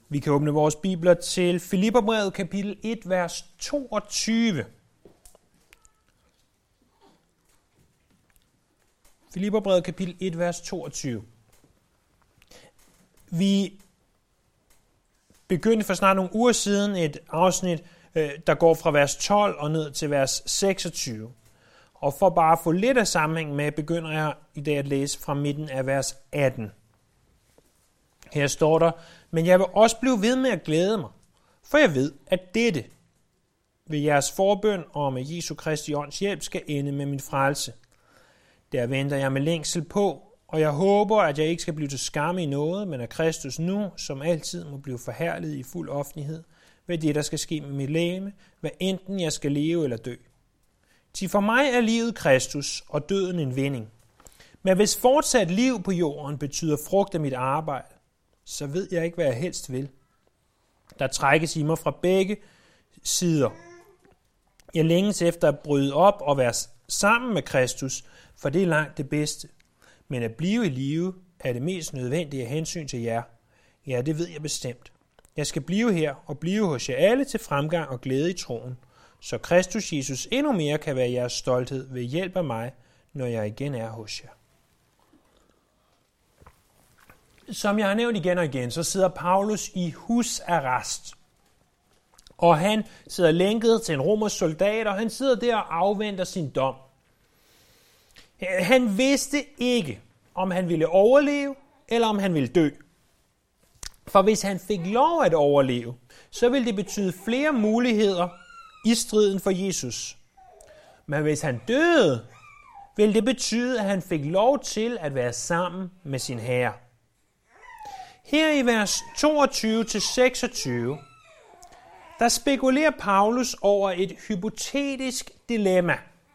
Vi kan åbne vores bibler til Filipperbrevet kapitel 1, vers 22. Filipperbrevet kapitel 1, vers 22. Vi begyndte for snart nogle uger siden et afsnit, der går fra vers 12 og ned til vers 26. Og for bare at få lidt af sammenhæng med, begynder jeg i dag at læse fra midten af vers 18. Her står der: Men jeg vil også blive ved med at glæde mig, for jeg ved, at dette ved jeres forbøn og med Jesu Kristi ånds hjælp skal ende med min frelse. Der venter jeg med længsel på, og jeg håber, at jeg ikke skal blive til skamme i noget, men at Kristus nu, som altid, må blive forherliget i fuld offentlighed ved det, der skal ske med mit legeme, hvad enten jeg skal leve eller dø. Til for mig er livet Kristus og døden en vinding. Men hvis fortsat liv på jorden betyder frugt af mit arbejde, så ved jeg ikke, hvad jeg helst vil. Der trækkes i mig fra begge sider. Jeg længes efter at bryde op og være sammen med Kristus, for det er langt det bedste. Men at blive i live er det mest nødvendige af hensyn til jer. Ja, det ved jeg bestemt. Jeg skal blive her og blive hos jer alle til fremgang og glæde i troen, så Kristus Jesus endnu mere kan være jeres stolthed ved hjælp af mig, når jeg igen er hos jer. Som jeg har nævnt igen og igen, så sidder Paulus i husarrest. Og han sidder lænket til en romersk soldat, og han sidder der og afventer sin dom. Han vidste ikke, om han ville overleve, eller om han ville dø. For hvis han fik lov at overleve, så ville det betyde flere muligheder i striden for Jesus. Men hvis han døde, ville det betyde, at han fik lov til at være sammen med sin herre. Her i vers 22-26, der spekulerer Paulus over et hypotetisk dilemma.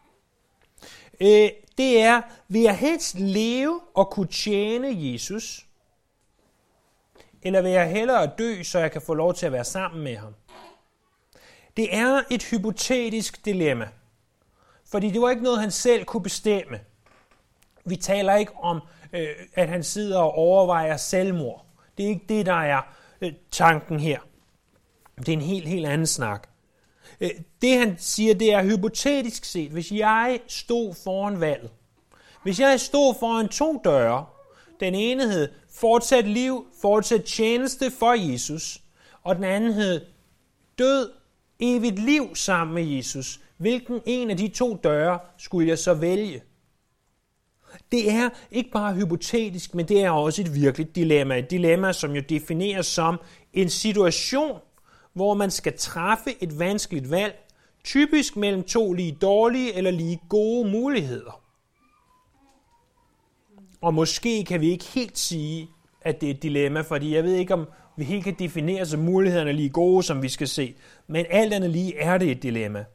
Det er, vil jeg helst leve og kunne tjene Jesus, eller vil jeg hellere dø, så jeg kan få lov til at være sammen med ham? Det er et hypotetisk dilemma, fordi det var ikke noget, han selv kunne bestemme. Vi taler ikke om, at han sidder og overvejer selvmord. Det er ikke det, der er tanken her. Det er en helt anden snak. Det han siger, det er hypotetisk set, hvis jeg stod foran valget. Hvis jeg stod foran 2 døre, den ene hed fortsat liv, fortsat tjeneste for Jesus, og den anden hed død, evigt liv sammen med Jesus. Hvilken en af de 2 døre skulle jeg så vælge? Det er ikke bare hypotetisk, men det er også et virkeligt dilemma. Et dilemma, som jo defineres som en situation, hvor man skal træffe et vanskeligt valg, typisk mellem 2 lige dårlige eller lige gode muligheder. Og måske kan vi ikke helt sige, at det er et dilemma, fordi jeg ved ikke, om vi helt kan definere, så mulighederne er lige gode, som vi skal se. Men alt andet lige er det et dilemma.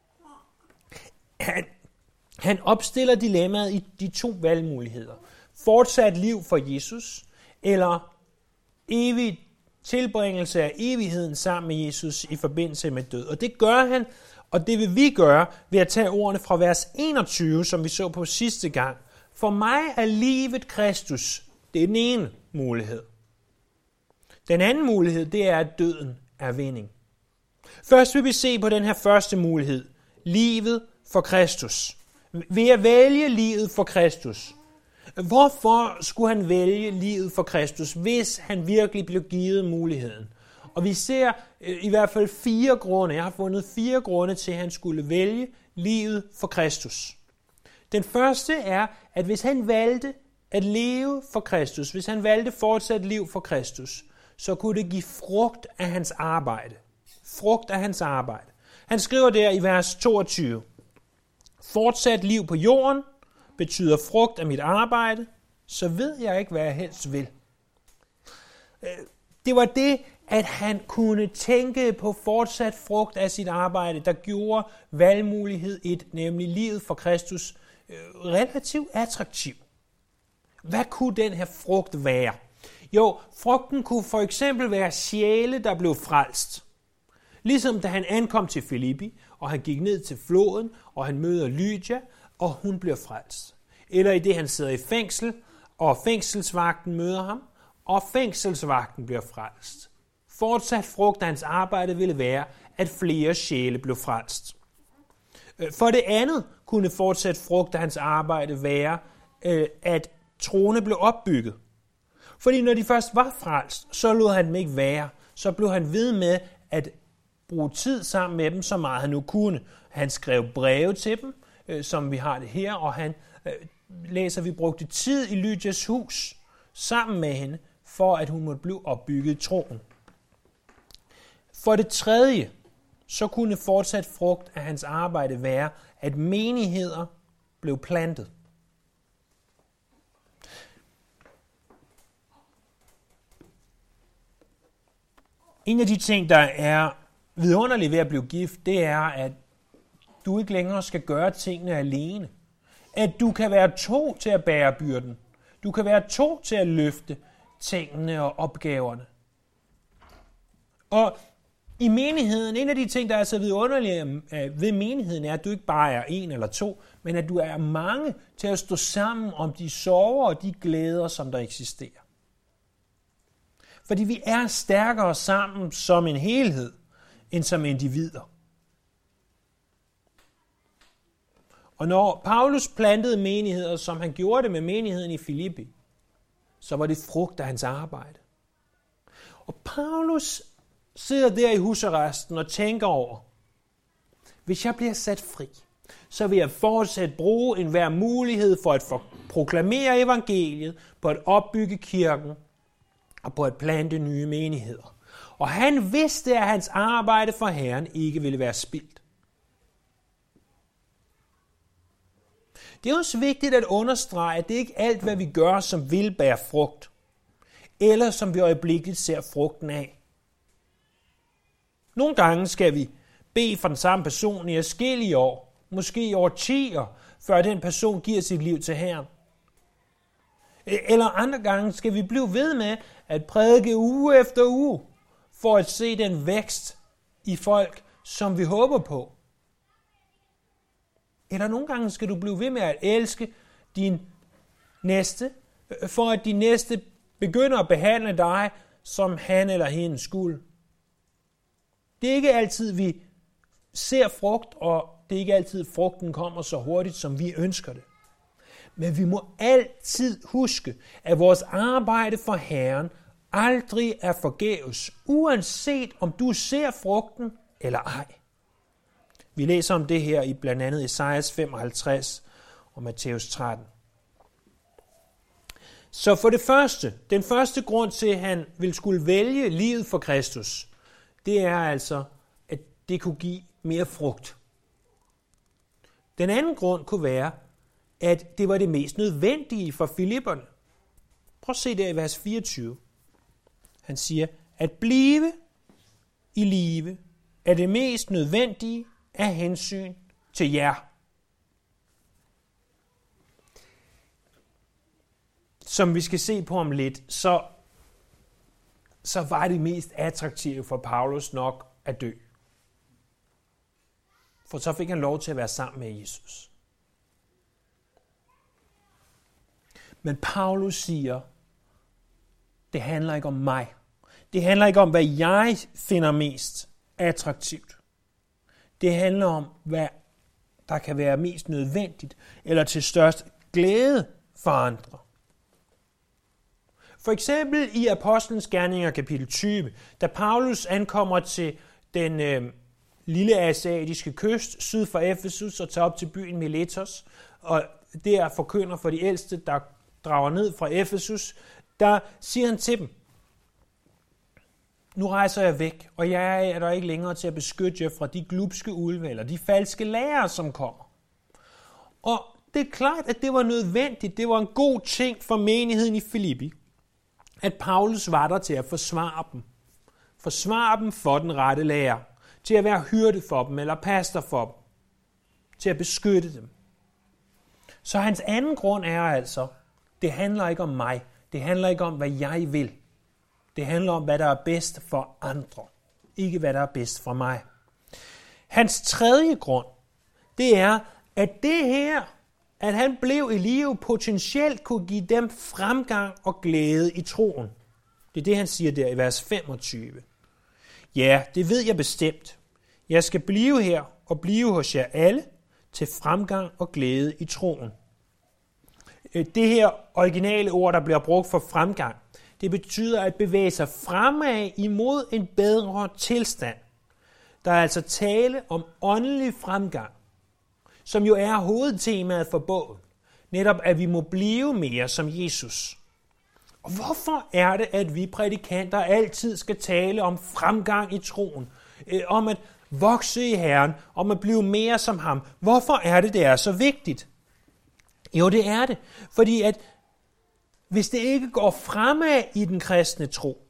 Han opstiller dilemmaet i de 2 valgmuligheder. Fortsat liv for Jesus, eller evig tilbringelse af evigheden sammen med Jesus i forbindelse med død. Og det gør han, og det vil vi gøre ved at tage ordene fra vers 21, som vi så på sidste gang. For mig er livet Kristus. Det er den ene mulighed. Den anden mulighed, det er, at døden er vinding. Først vil vi se på den her første mulighed. Livet for Kristus. Vil jeg vælge livet for Kristus? Hvorfor skulle han vælge livet for Kristus, hvis han virkelig blev givet muligheden? Og vi ser i hvert fald 4 grunde. Jeg har fundet 4 grunde til, at han skulle vælge livet for Kristus. Den første er, at hvis han valgte at leve for Kristus, hvis han valgte fortsat liv for Kristus, så kunne det give frugt af hans arbejde. Frugt af hans arbejde. Han skriver der i vers 22. Fortsat liv på jorden betyder frugt af mit arbejde, så ved jeg ikke, hvad jeg helst vil. Det var det, at han kunne tænke på fortsat frugt af sit arbejde, der gjorde valgmulighed 1, nemlig livet for Kristus, relativt attraktiv. Hvad kunne den her frugt være? Jo, frugten kunne for eksempel være sjæle, der blev frelst. Ligesom da han ankom til Filippi, og han gik ned til floden, og han møder Lydia, og hun bliver frelst. Eller i det, han sidder i fængsel, og fængselsvagten møder ham, og fængselsvagten bliver frelst. fortsat frugt af hans arbejde ville være, at flere sjæle blev frelst. For det andet kunne fortsat frugt af hans arbejde være, at troende blev opbygget. Fordi når de først var frelst, så lod han dem ikke være. Så blev han ved med at bruge tid sammen med dem, så meget han nu kunne. Han skrev breve til dem, som vi har det her, og han læser, at vi brugte tid i Lydias hus sammen med hende, for at hun måtte blive opbygget i troen. For det tredje, så kunne fortsat frugt af hans arbejde være, at menigheder blev plantet. En af de ting, der er vidunderligt ved at blive gift, det er, at du ikke længere skal gøre tingene alene. At du kan være to til at bære byrden. Du kan være to til at løfte tingene og opgaverne. Og i menigheden, en af de ting, der er så vidunderlige ved menigheden, er, at du ikke bare er en eller to, men at du er mange til at stå sammen om de sorger og de glæder, som der eksisterer. Fordi vi er stærkere sammen som en helhed, end som individer. Og når Paulus plantede menigheder, som han gjorde det med menigheden i Filippi, så var det frugt af hans arbejde. Og Paulus sidder der i husarresten og tænker over, hvis jeg bliver sat fri, så vil jeg fortsat bruge enhver mulighed for at proklamere evangeliet, på at opbygge kirken og på at plante nye menigheder. Og han vidste, at hans arbejde for Herren ikke ville være spildt. Det er også vigtigt at understrege, at det ikke er alt, hvad vi gør, som vil bære frugt, eller som vi øjeblikkeligt ser frugten af. Nogle gange skal vi bede for den samme person i adskillige år, måske i årtier, før den person giver sit liv til Herren. Eller andre gange skal vi blive ved med at prædike uge efter uge, for at se den vækst i folk, som vi håber på. Eller nogle gange skal du blive ved med at elske din næste, for at din næste begynder at behandle dig, som han eller hende skulle. Det er ikke altid, vi ser frugt, og det er ikke altid, frugten kommer så hurtigt, som vi ønsker det. Men vi må altid huske, at vores arbejde for Herren aldrig er forgæves, uanset om du ser frugten eller ej. Vi læser om det her i blandt andet Esajas 55 og Matthæus 13. Så for det første, den første grund til, at han vil skulle vælge livet for Kristus, det er altså, at det kunne give mere frugt. Den anden grund kunne være, at det var det mest nødvendige for filipperne. Prøv at se der i vers 24. Han siger, at blive i live er det mest nødvendige af hensyn til jer. Som vi skal se på om lidt, så var det mest attraktive for Paulus nok at dø. For så fik han lov til at være sammen med Jesus. Men Paulus siger, det handler ikke om mig. Det handler ikke om, hvad jeg finder mest attraktivt. Det handler om, hvad der kan være mest nødvendigt, eller til størst glæde for andre. For eksempel i Apostlenes Gerninger kapitel 20, da Paulus ankommer til den lille asiatiske kyst syd for Efesus og tager op til byen Miletos, og der forkynder for de ældste, der drager ned fra Efesus, der siger han til dem, nu rejser jeg væk, og jeg er der ikke længere til at beskytte jer fra de glubske ulve eller de falske lærere, som kommer. Og det er klart, at det var nødvendigt, det var en god ting for menigheden i Filippi, at Paulus var der til at forsvare dem. Forsvare dem for den rette lære, til at være hyrde for dem eller pastor for dem, til at beskytte dem. Så hans anden grund er altså, det handler ikke om mig, det handler ikke om, hvad jeg vil. Det handler om, hvad der er bedst for andre, ikke hvad der er bedst for mig. Hans tredje grund, det er, at det her, at han blev i live, potentielt kunne give dem fremgang og glæde i troen. Det er det, han siger der i vers 25. Ja, det ved jeg bestemt. Jeg skal blive her og blive hos jer alle til fremgang og glæde i troen. Det her originale ord, der bliver brugt for fremgang, det betyder at bevæge sig fremad imod en bedre tilstand. Der er altså tale om åndelig fremgang, som jo er hovedtemaet for bogen. Netop at vi må blive mere som Jesus. Og hvorfor er det, at vi prædikanter altid skal tale om fremgang i troen? Om at vokse i Herren, om at blive mere som ham. Hvorfor er det er så vigtigt? Jo, det er det, fordi at hvis det ikke går fremad i den kristne tro,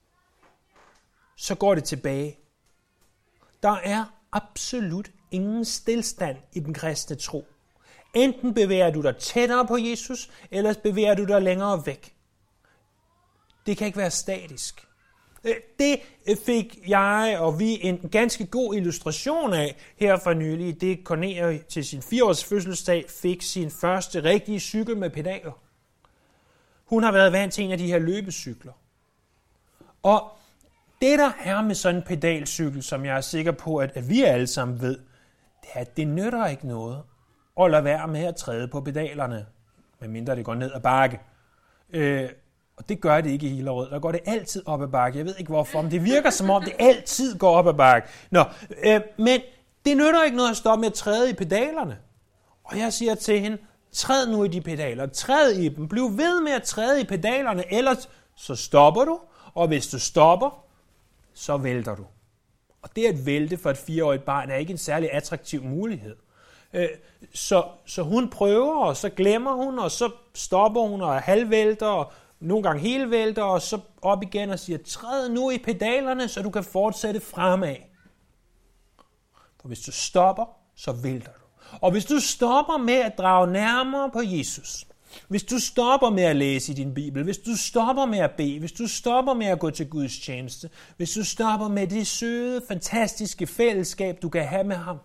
så går det tilbage. Der er absolut ingen stilstand i den kristne tro. Enten bevæger du dig tættere på Jesus, eller bevæger du dig længere væk. Det kan ikke være statisk. Det fik jeg og vi en ganske god illustration af her for nylig. Det Cornelia til sin 4-års fødselsdag fik sin første rigtige cykel med pedaler. Hun har været vant til en af de her løbecykler. Og det der er med sådan en pedalcykel, som jeg er sikker på, at vi alle sammen ved, det er, at det nytter ikke noget at lade være med at træde på pedalerne, medmindre det går ned ad bakke. Og det gør det ikke i Hillerød. Der går det altid op ad bakke. Jeg ved ikke hvorfor, men det virker som om, det altid går op ad bakke. Men det nytter ikke noget at stoppe med at træde i pedalerne. Og jeg siger til hende, træd nu i de pedaler. Træd i dem. Bliv ved med at træde i pedalerne, ellers så stopper du. Og hvis du stopper, så vælter du. Og det at vælte for et 4-årigt barn er ikke en særlig attraktiv mulighed. Så hun prøver, og så glemmer hun, og så stopper hun og halvvælter, og nogle gange helvælter, og så op igen og siger, træd nu i pedalerne, så du kan fortsætte fremad. For hvis du stopper, så vælter du. Og hvis du stopper med at drage nærmere på Jesus, hvis du stopper med at læse i din Bibel, hvis du stopper med at bede, hvis du stopper med at gå til Guds tjeneste, hvis du stopper med det søde, fantastiske fællesskab, du kan have med ham,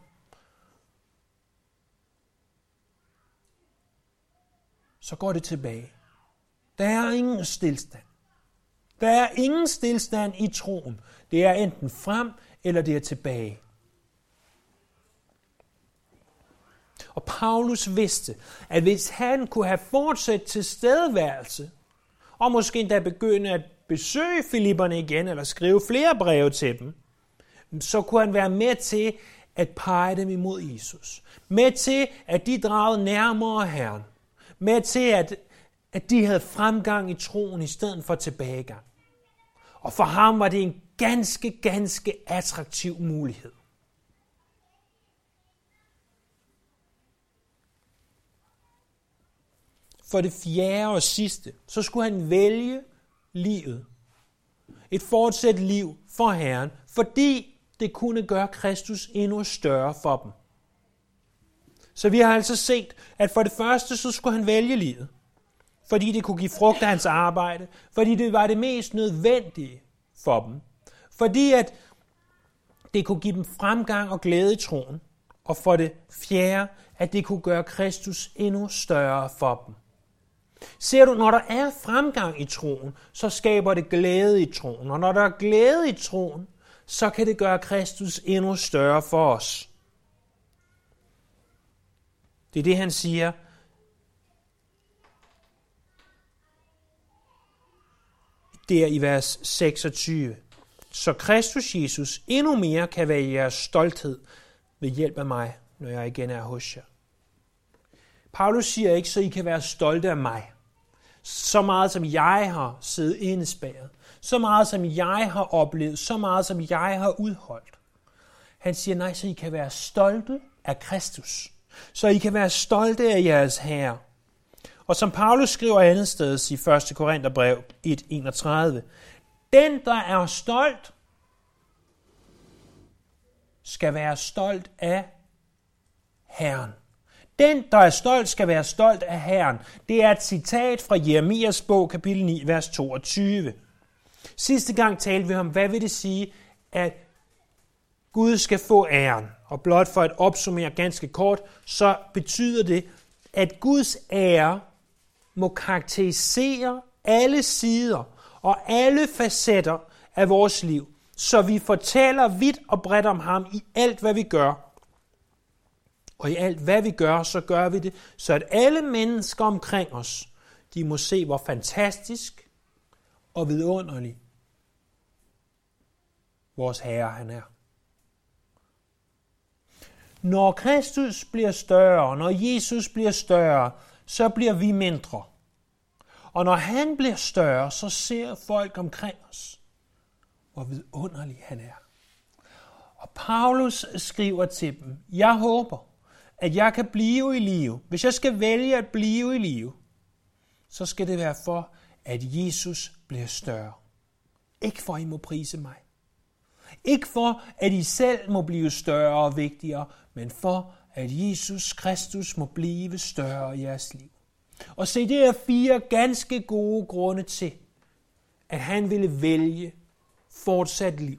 så går det tilbage. Der er ingen stilstand. Der er ingen stilstand i troen. Det er enten frem, eller det er tilbage. Og Paulus vidste, at hvis han kunne have fortsat tilstedeværelse, og måske endda begynde at besøge Filipperne igen, eller skrive flere breve til dem, så kunne han være med til at pege dem imod Jesus. Med til, at de dragede nærmere Herren. Med til, at de havde fremgang i troen i stedet for tilbagegang. Og for ham var det en ganske attraktiv mulighed. For det fjerde og sidste, så skulle han vælge livet. Et fortsat liv for Herren, fordi det kunne gøre Kristus endnu større for dem. Så vi har altså set, at for det første, så skulle han vælge livet. Fordi det kunne give frugt af hans arbejde. Fordi det var det mest nødvendige for dem. Fordi at det kunne give dem fremgang og glæde i troen. Og for det fjerde, at det kunne gøre Kristus endnu større for dem. Ser du, når der er fremgang i troen, så skaber det glæde i troen. Og når der er glæde i troen, så kan det gøre Kristus endnu større for os. Det er det, han siger. Der i vers 26. Så Kristus Jesus endnu mere kan være jeres stolthed ved hjælp af mig, når jeg igen er hos jer. Paulus siger ikke, så I kan være stolte af mig. Så meget som jeg har siddet indespærret. Så meget som jeg har oplevet. Så meget som jeg har udholdt. Han siger nej, så I kan være stolte af Kristus. Så I kan være stolte af jeres Herre. Og som Paulus skriver andet sted i 1. Korintherbrev 1:31. Den, der er stolt, skal være stolt af Herren. Den, der er stolt, skal være stolt af Herren. Det er et citat fra Jeremias bog, kapitel 9, vers 22. Sidste gang talte vi om, hvad vil det sige, at Gud skal få æren. Og blot for at opsummere ganske kort, så betyder det, at Guds ære må karakterisere alle sider og alle facetter af vores liv. så vi fortæller vidt og bredt om ham i alt, hvad vi gør. Og i alt, hvad vi gør, så gør vi det, så at alle mennesker omkring os, de må se, hvor fantastisk og vidunderlig vores Herre han er. Når Kristus bliver større, når Jesus bliver større, så bliver vi mindre. Og når han bliver større, så ser folk omkring os, hvor vidunderlig han er. Og Paulus skriver til dem, jeg håber, at jeg kan blive i live. Hvis jeg skal vælge at blive i live, så skal det være for, at Jesus bliver større. Ikke for, at I må prise mig. Ikke for, at I selv må blive større og vigtigere, men for, at Jesus Kristus må blive større i jeres liv. Og se, det er 4 ganske gode grunde til, at han ville vælge fortsat liv.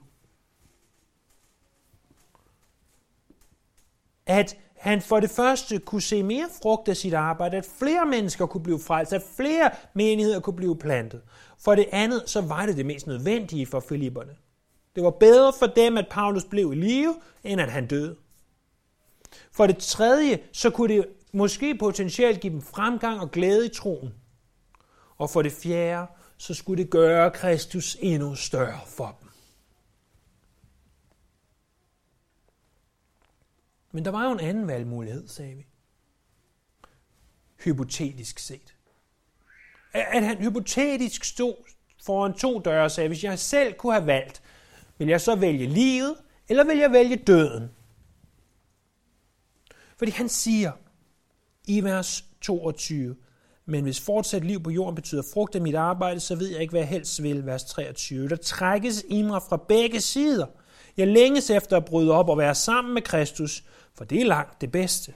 At han for det første kunne se mere frugt af sit arbejde, at flere mennesker kunne blive frelst, at flere menigheder kunne blive plantet. For det andet, så var det mest nødvendige for filipperne. Det var bedre for dem, at Paulus blev i live, end at han døde. For det tredje, så kunne det måske potentielt give dem fremgang og glæde i troen. Og for det fjerde, så skulle det gøre Kristus endnu større for dem. Men der var jo en anden valgmulighed, sagde vi. Hypotetisk set. At han hypotetisk stod foran 2 døre og sagde, hvis jeg selv kunne have valgt, vil jeg så vælge livet, eller vil jeg vælge døden? Fordi han siger i vers 22, men hvis fortsat liv på jorden betyder frugt af mit arbejde, så ved jeg ikke, hvad jeg helst vil, vers 23. Der trækkes i mig fra begge sider. Jeg længes efter at bryde op og være sammen med Kristus, for det er langt det bedste.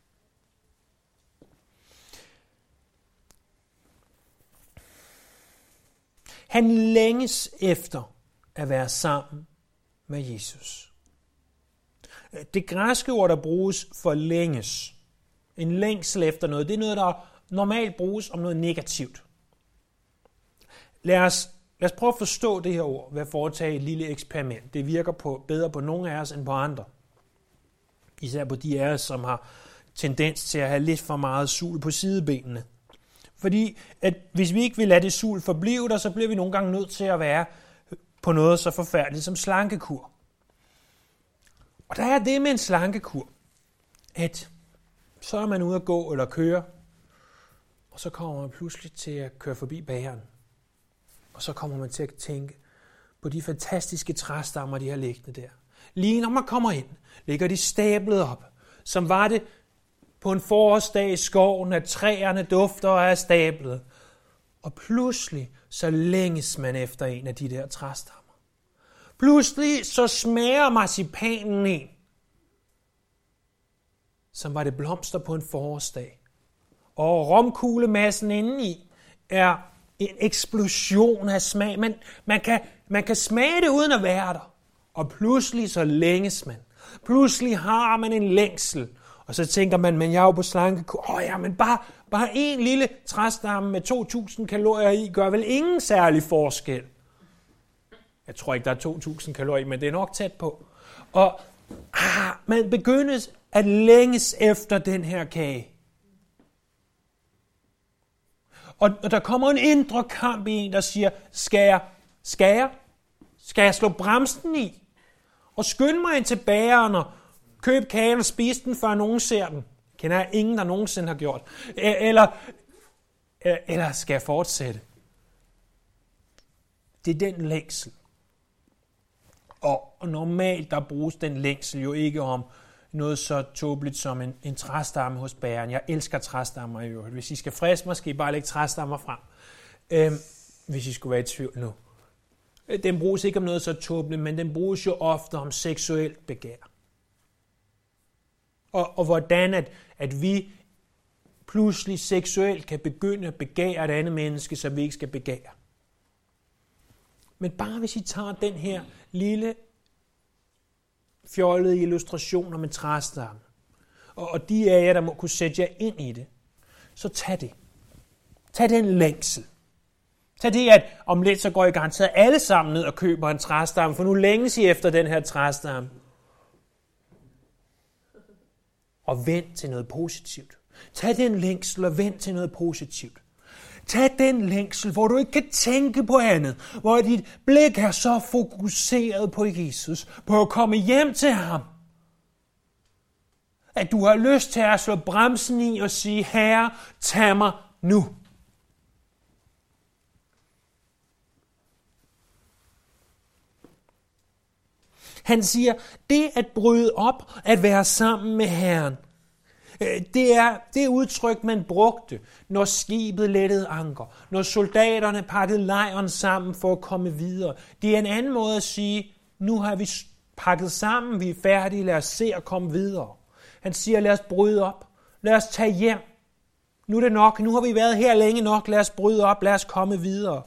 Han længes efter at være sammen med Jesus. Det græske ord, der bruges for længes, en længsel efter noget, det er noget, der normalt bruges om noget negativt. Lad os prøve at forstå det her ord ved at foretage et lille eksperiment. Det virker bedre på nogle af os end på andre. Især på de af os, som har tendens til at have lidt for meget sul på sidebenene. Fordi at hvis vi ikke vil lade det sul forblive der, så bliver vi nogle gange nødt til at være på noget så forfærdeligt som slankekur. Og der er det med en slankekur, at så er man ude at gå eller køre, og så kommer man pludselig til at køre forbi bageren. Og så kommer man til at tænke på de fantastiske træstammer, de har liggende der. Lige når man kommer ind, ligger de stablet op, som var det på en forårsdag i skoven, at træerne dufter og er stablet. Og pludselig så længes man efter en af de der træstammer. Pludselig så smager marcipanen en, som var det blomster på en forårsdag. Og romkuglemassen indeni er en eksplosion af smag. Man kan smage det uden at være der. Og pludselig så længes man. Pludselig har man en længsel. Og så tænker man, men jeg er jo på slankekur. Men bare en lille træstamme med 2.000 kalorier i, gør vel ingen særlig forskel. Jeg tror ikke, der er 2.000 kalorier, men det er nok tæt på. Og man begyndes at længes efter den her kage. Og der kommer en indre kamp i en, der siger, skal jeg slå bremsen i? Og skynde mig ind til bageren og købe kagen og spise den, før nogen ser den. Kender jeg ingen, der nogensinde har gjort. Eller skal jeg fortsætte? Det er den længsel. Og normalt der bruges den længsel jo ikke om noget så tåbeligt som en træstamme hos bageren. Jeg elsker træstammer i øvrigt. Hvis I skal friste mig, skal I bare lægge træstammer frem. Hvis I skulle være i tvivl nu. Den bruges ikke om noget så tåbeligt, men den bruges jo ofte om seksuelt begær. Og hvordan at vi pludselig seksuelt kan begynde at begære et andet menneske, som vi ikke skal begære. Men bare hvis I tager den her lille fjollede illustration om en træstamme, og de af jer, der må kunne sætte jer ind i det, så tag det. Tag den længsel. Tag det, at om lidt så går I garanteret alle sammen ned og køber en træstamme, for nu længes I efter den her træstamme. Og vend til noget positivt. Tag den længsel og vend til noget positivt. Tag den længsel, hvor du ikke kan tænke på andet, hvor dit blik er så fokuseret på Jesus, på at komme hjem til ham, at du har lyst til at slå bremsen i og sige, Herre, tag mig nu. Han siger, det at bryde op, at være sammen med Herren, det er det udtryk, man brugte, når skibet lettede anker, når soldaterne pakkede lejren sammen for at komme videre. Det er en anden måde at sige, nu har vi pakket sammen, vi er færdige, lad os se at komme videre. Han siger, lad os bryde op, lad os tage hjem. Nu er det nok, nu har vi været her længe nok, lad os bryde op, lad os komme videre.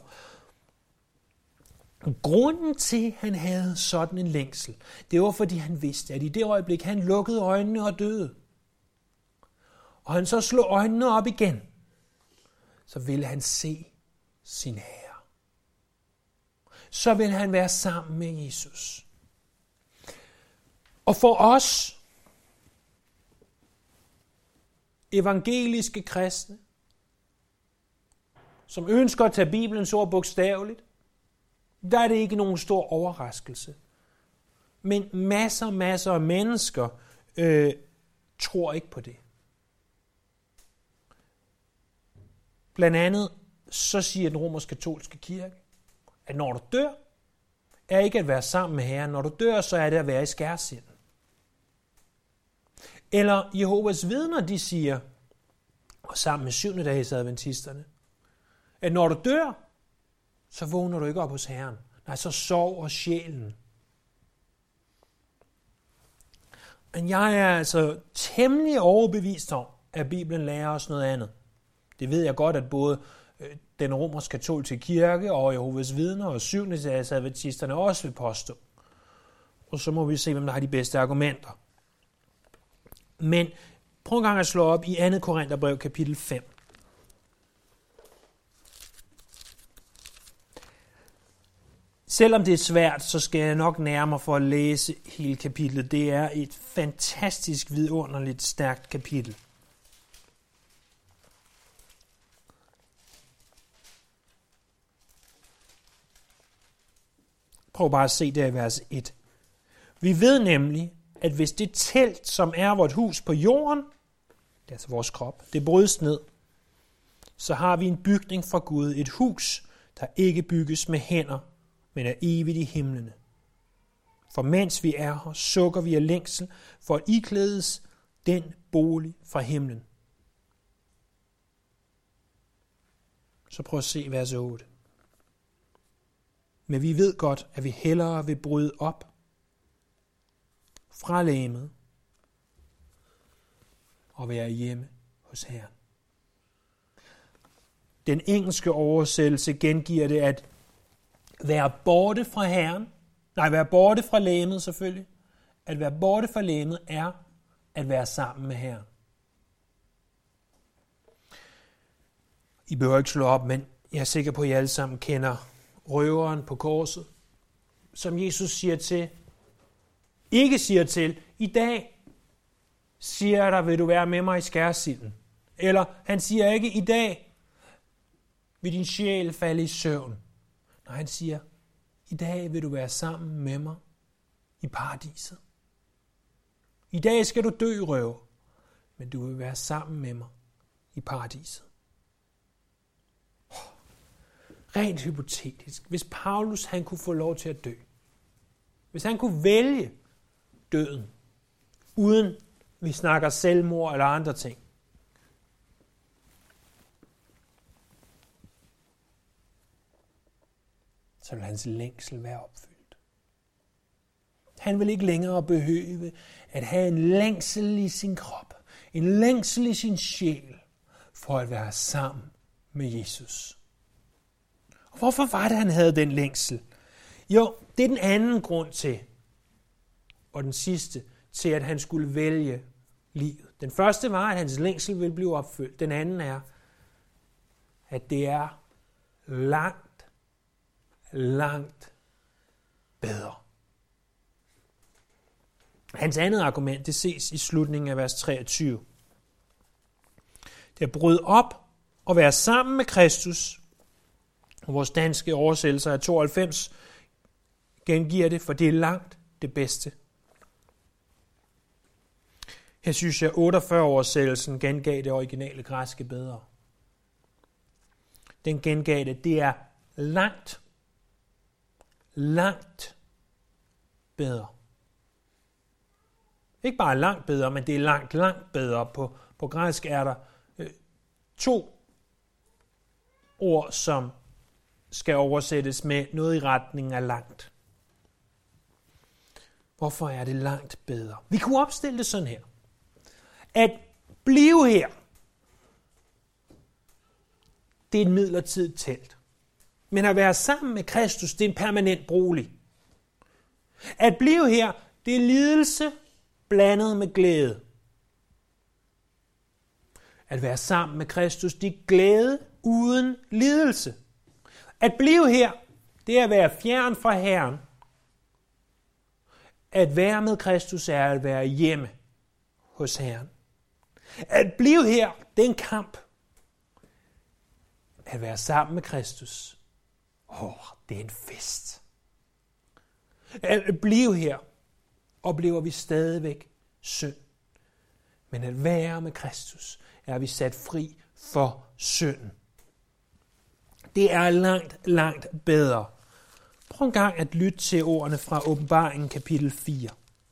Grunden til, at han havde sådan en længsel, det var, fordi han vidste, at i det øjeblik, han lukkede øjnene og døde, og han så slog øjnene op igen, så ville han se sin Herre. Så ville han være sammen med Jesus. Og for os, evangeliske kristne, som ønsker at tage Bibelens ord bogstaveligt, der er det ikke nogen stor overraskelse. Men masser af mennesker tror ikke på det. Blandt andet så siger den romersk-katolske kirke, at når du dør, er ikke at være sammen med Herren. Når du dør, så er det at være i skærsinden. Eller Jehovas vidner, de siger, og sammen med syvende-dages-adventisterne, at når du dør, så vågner du ikke op hos Herren. Nej, så sover sjælen. Men jeg er altså temmelig overbevist om, at Bibelen lærer os noget andet. Det ved jeg godt, at både den romersk-katolske kirke og Jehovas vidner og syvende-dages-adventisterne også vil påstå. Og så må vi se, hvem der har de bedste argumenter. Men prøv en gang at slå op i 2. Korintherbrev kapitel 5. Selvom det er svært, så skal jeg nok nærmere for at læse hele kapitlet. Det er et fantastisk, vidunderligt, stærkt kapitel. Prøv bare at se det i vers 1. Vi ved nemlig, at hvis det telt, som er vort hus på jorden, det er altså vores krop, det brydes ned, så har vi en bygning fra Gud, et hus, der ikke bygges med hænder, men er evigt i himlene. For mens vi er her, sukker vi af længsel for at iklædes den bolig fra himlen. Så prøv at se vers 8. Men vi ved godt, at vi hellere vil bryde op fra legemet og være hjemme hos Herren. Den engelske oversættelse gengiver det, at være borte fra Herren, være borte fra legemet selvfølgelig. At være borte fra legemet er at være sammen med Herren. I behøver ikke slå op, men jeg er sikker på, at I alle sammen kender røveren på korset, som Jesus ikke siger til, i dag siger jeg dig, vil du være med mig i skærsilden. Eller han siger ikke, i dag vil din sjæl falde i søvn. Når han siger, i dag vil du være sammen med mig i paradiset. I dag skal du dø, røver, men du vil være sammen med mig i paradiset. Rent hypotetisk, hvis Paulus han kunne få lov til at dø, hvis han kunne vælge døden, uden vi snakker selvmord eller andre ting, så vil hans længsel være opfyldt. Han vil ikke længere behøve at have en længsel i sin krop, en længsel i sin sjæl, for at være sammen med Jesus. Og hvorfor var det, han havde den længsel? Jo, det er den anden grund til, og den sidste, til at han skulle vælge livet. Den første var, at hans længsel ville blive opfyldt. Den anden er, at det er langt langt bedre. Hans andet argument, det ses i slutningen af vers 23. Det er at bryde op og være sammen med Kristus. Vores danske oversættelser af 92 gengiver det, for det er langt det bedste. Her synes jeg, 48-oversættelsen gengav det originale græske bedre. Den gengav det er langt bedre. Ikke bare langt bedre, men det er langt bedre. På græsk er der 2 ord, som skal oversættes med noget i retning af langt. Hvorfor er det langt bedre? Vi kunne opstille det sådan her. At blive her, det er et midlertidigt telt. Men at være sammen med Kristus, det er en permanent bolig. At blive her, det er lidelse blandet med glæde. At være sammen med Kristus, det er glæde uden lidelse. At blive her, det er at være fjern fra Herren. At være med Kristus er at være hjemme hos Herren. At blive her, det er en kamp. At være sammen med Kristus, det er en fest. At blive her, oplever vi stadigvæk synd. Men at være med Kristus, er vi sat fri for synden. Det er langt bedre. Prøv en gang at lytte til ordene fra Åbenbaringen kapitel 4.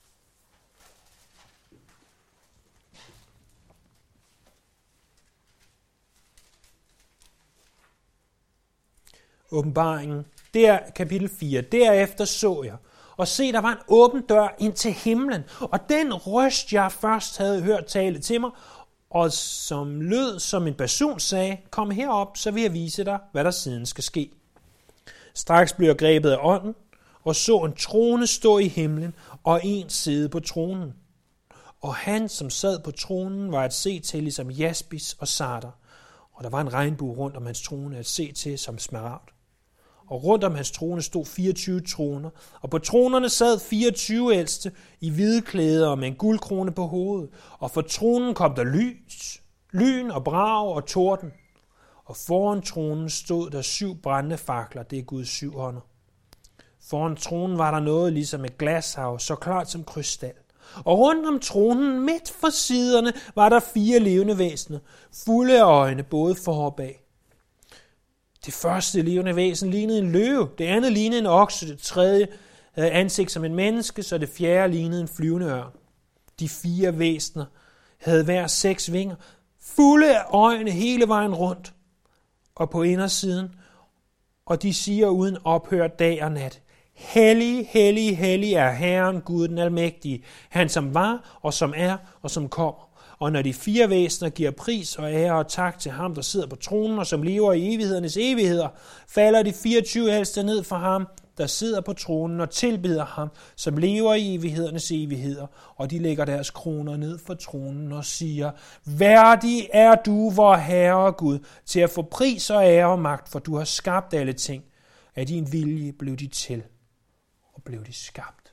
Åbenbaringen, det er kapitel 4. Derefter så jeg, og se, der var en åben dør ind til himlen, og den røst, jeg først havde hørt tale til mig, og som lød som en basun sagde, kom herop, så vil jeg vise dig, hvad der siden skal ske. Straks blev jeg grebet af ånden, og så en trone stå i himlen, og en sidde på tronen. Og han, som sad på tronen, var at se til ligesom jaspis og sarder, og der var en regnbue rundt om hans trone at se til som smaragd. Og rundt om hans trone stod 24 troner, og på tronerne sad 24 ældste i hvide klæder og med en guldkrone på hovedet. Og for tronen kom der lyn og brag og torden. Og foran tronen stod der 7 brændende fakler, det er Guds 7 ånder. Foran tronen var der noget ligesom et glashav, så klart som krystal. Og rundt om tronen, midt for siderne, var der 4 levende væsener, fulde af øjne, både for og bag. Det første levende væsen lignede en løve, det andet lignede en okse, det tredje havde ansigt som en menneske, så det fjerde lignede en flyvende ørn. De 4 væsener havde hver 6 vinger, fulde af øjne hele vejen rundt, og på indersiden, og de siger uden ophør dag og nat, hellig, hellig, hellig er Herren Gud den Almægtige, han som var og som er og som kommer. Og når de 4 væsener giver pris og ære og tak til ham, der sidder på tronen og som lever i evighedernes evigheder, falder de 24 ældste ned for ham, der sidder på tronen og tilbeder ham, som lever i evighedernes evigheder. Og de lægger deres kroner ned for tronen og siger, værdig er du, vor Herre og Gud, til at få pris og ære og magt, for du har skabt alle ting. Af din vilje blev de til, og blev de skabt.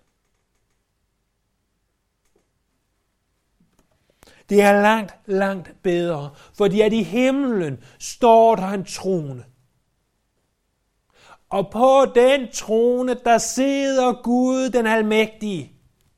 Det er langt bedre, fordi at i himlen står der en trone. Og på den trone, der sidder Gud den Almægtige.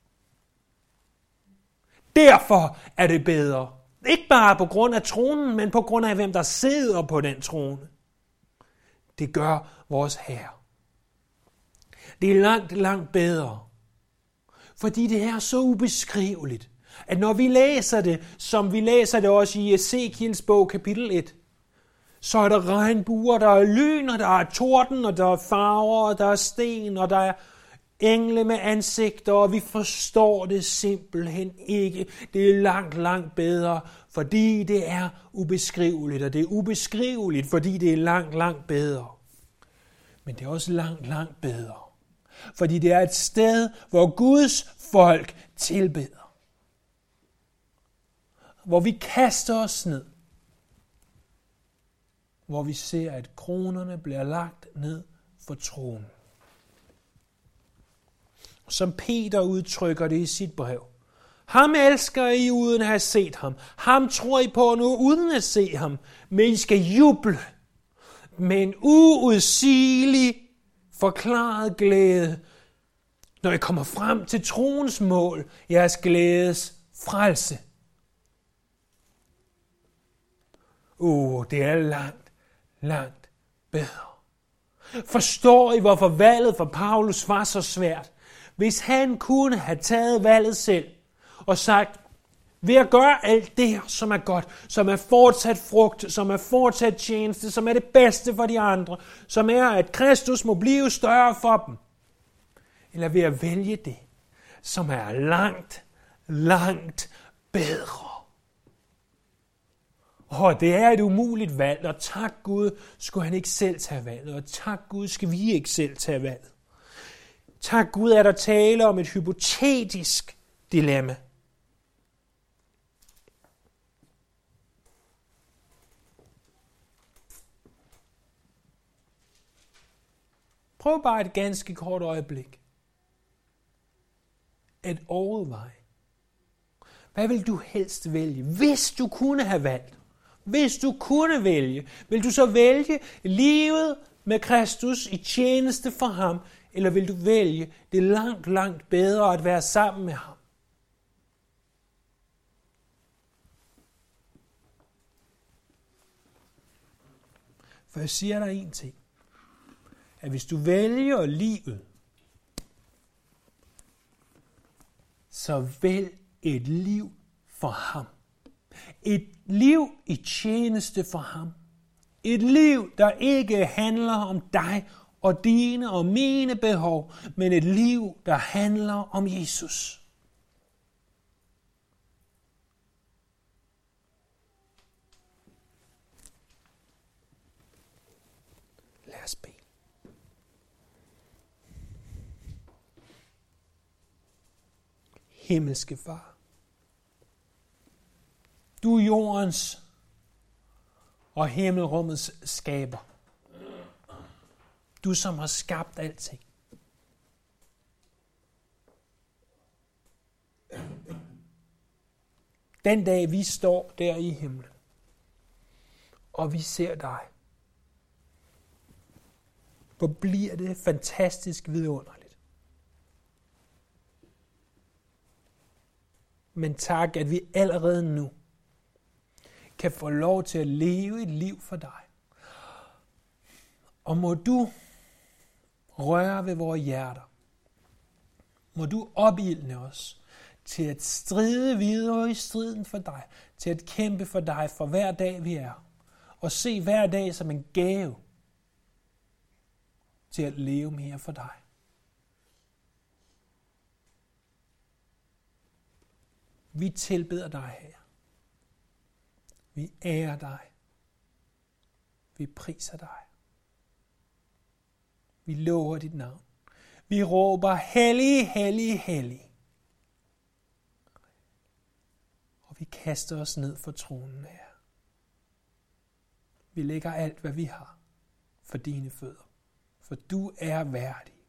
Derfor er det bedre. Ikke bare på grund af tronen, men på grund af, hvem der sidder på den trone. Det gør vores Herre. Det er langt bedre, fordi det er så ubeskriveligt, at når vi læser det, som vi læser det også i Ezekiels bog, kapitel 1, så er der regnbuer, der er lyn, og der er torden, og der er farver, og der er sten, og der er engle med ansigter, og vi forstår det simpelthen ikke. Det er langt bedre, fordi det er ubeskriveligt, og det er ubeskriveligt, fordi det er langt bedre. Men det er også langt bedre, fordi det er et sted, hvor Guds folk tilbeder. Hvor vi kaster os ned. Hvor vi ser, at kronerne bliver lagt ned for tronen. Som Peter udtrykker det i sit brev. Ham elsker I uden at have set ham. Ham tror I på nu uden at se ham. Men I skal juble med en uudsigelig forklaret glæde, når I kommer frem til troens mål, jeres glædes frelse. Det er langt, langt bedre. Forstår I, hvorfor valget for Paulus var så svært? Hvis han kunne have taget valget selv og sagt, ved at gøre alt det her, som er godt, som er fortsat frugt, som er fortsat tjeneste, som er det bedste for de andre, som er, at Kristus må blive større for dem. Eller ved at vælge det, som er langt, langt bedre. Det er et umuligt valg, og tak Gud, skulle han ikke selv tage valget, og tak Gud, skal vi ikke selv tage valget. Tak Gud, er der tale om et hypotetisk dilemma. Prøv bare et ganske kort øjeblik at overveje. Hvad vil du helst vælge, hvis du kunne have valgt? Hvis du kunne vælge, vil du så vælge livet med Kristus i tjeneste for ham, eller vil du vælge det langt, langt bedre at være sammen med ham? For jeg siger dig en ting. At hvis du vælger livet, så vælg et liv for ham. Et liv i tjeneste for ham. Et liv, der ikke handler om dig og dine og mine behov, men et liv, der handler om Jesus. Lad os bede. Himmelske Far, du er jordens og himmelrummets skaber. Du som har skabt alting. Den dag vi står der i himlen, og vi ser dig, hvor bliver det fantastisk vidunderligt. Men tak, at vi allerede nu kan få lov til at leve et liv for dig. Og må du røre ved vores hjerter. Må du opildne os til at stride videre i striden for dig. Til at kæmpe for dig for hver dag vi er. Og se hver dag som en gave til at leve mere for dig. Vi tilbeder dig, Herre. Vi ærer dig. Vi priser dig. Vi lover dit navn. Vi råber, hellig, hellig, hellig. Og vi kaster os ned for tronen, Herre. Vi lægger alt, hvad vi har, for dine fødder. For du er værdig.